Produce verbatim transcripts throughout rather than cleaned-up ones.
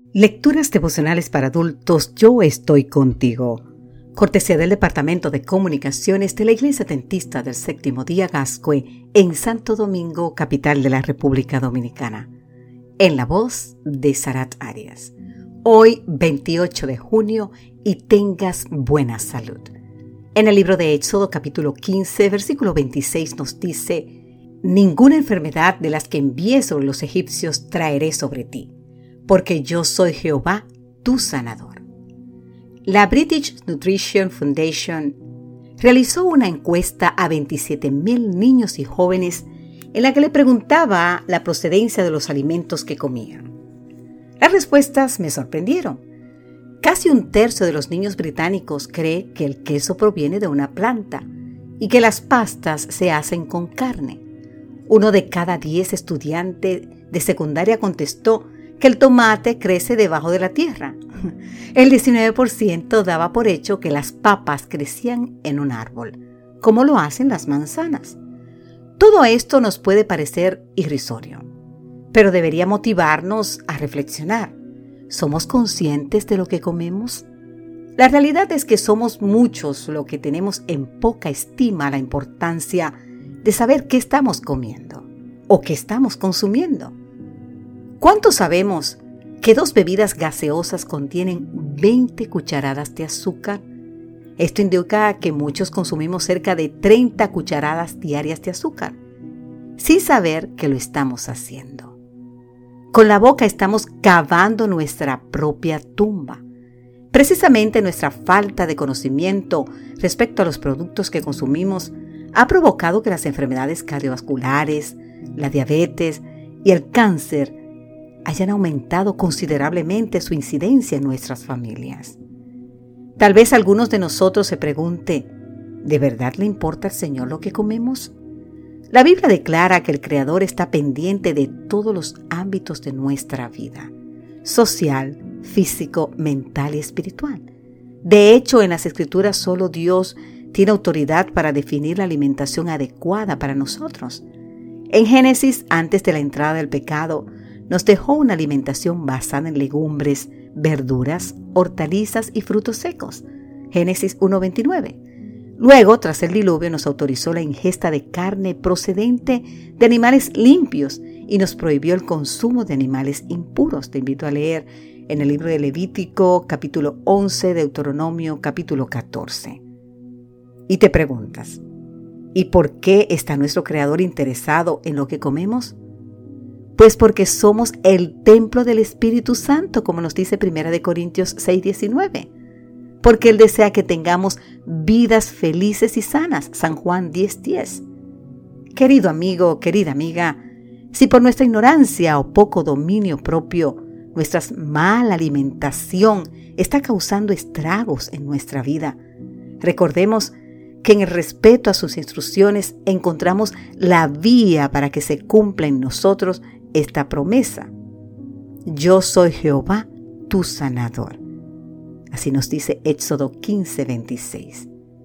Lecturas devocionales para adultos. Yo estoy contigo. Cortesía del Departamento de Comunicaciones de la Iglesia Adventista del Séptimo Día Gascue en Santo Domingo, capital de la República Dominicana. En la voz de Sarat Arias. Hoy, veintiocho de junio, y tengas buena salud. En el libro de Éxodo, capítulo quince, versículo veintiséis, nos dice: Ninguna enfermedad de las que envié sobre los egipcios traeré sobre ti, porque yo soy Jehová, tu sanador. La British Nutrition Foundation realizó una encuesta a veintisiete mil niños y jóvenes en la que le preguntaba la procedencia de los alimentos que comían. Las respuestas me sorprendieron. Casi un tercio de los niños británicos cree que el queso proviene de una planta y que las pastas se hacen con carne. Uno de cada diez estudiantes de secundaria contestó que el tomate crece debajo de la tierra. El diecinueve por ciento daba por hecho que las papas crecían en un árbol, como lo hacen las manzanas. Todo esto nos puede parecer irrisorio, pero debería motivarnos a reflexionar. ¿Somos conscientes de lo que comemos? La realidad es que somos muchos los que tenemos en poca estima la importancia de saber qué estamos comiendo o qué estamos consumiendo. ¿Cuántos sabemos que dos bebidas gaseosas contienen veinte cucharadas de azúcar? Esto indica que muchos consumimos cerca de treinta cucharadas diarias de azúcar, sin saber que lo estamos haciendo. Con la boca estamos cavando nuestra propia tumba. Precisamente nuestra falta de conocimiento respecto a los productos que consumimos ha provocado que las enfermedades cardiovasculares, la diabetes y el cáncer hayan aumentado considerablemente su incidencia en nuestras familias. Tal vez algunos de nosotros se pregunte, ¿de verdad le importa al Señor lo que comemos? La Biblia declara que el Creador está pendiente de todos los ámbitos de nuestra vida, social, físico, mental y espiritual. De hecho, en las Escrituras solo Dios tiene autoridad para definir la alimentación adecuada para nosotros. En Génesis, antes de la entrada del pecado, nos dejó una alimentación basada en legumbres, verduras, hortalizas y frutos secos. Génesis uno veintinueve. Luego, tras el diluvio, nos autorizó la ingesta de carne procedente de animales limpios y nos prohibió el consumo de animales impuros. Te invito a leer en el libro de Levítico, capítulo once, Deuteronomio, capítulo catorce. Y te preguntas, ¿y por qué está nuestro Creador interesado en lo que comemos? Pues porque somos el templo del Espíritu Santo, como nos dice primera de Corintios seis diecinueve. Porque Él desea que tengamos vidas felices y sanas, San Juan diez diez. Querido amigo, querida amiga, si por nuestra ignorancia o poco dominio propio, nuestra mala alimentación está causando estragos en nuestra vida, recordemos que en el respeto a sus instrucciones encontramos la vía para que se cumpla en nosotros esta promesa. Yo soy Jehová, tu sanador. Así nos dice Éxodo quince veintiséis.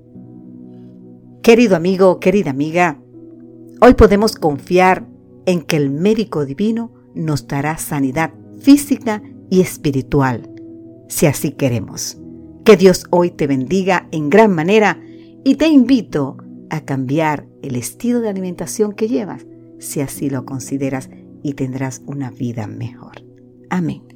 Querido amigo, querida amiga, hoy podemos confiar en que el médico divino nos dará sanidad física y espiritual, si así queremos. Que Dios hoy te bendiga en gran manera y te invito a cambiar el estilo de alimentación que llevas, si así lo consideras, y tendrás una vida mejor. Amén.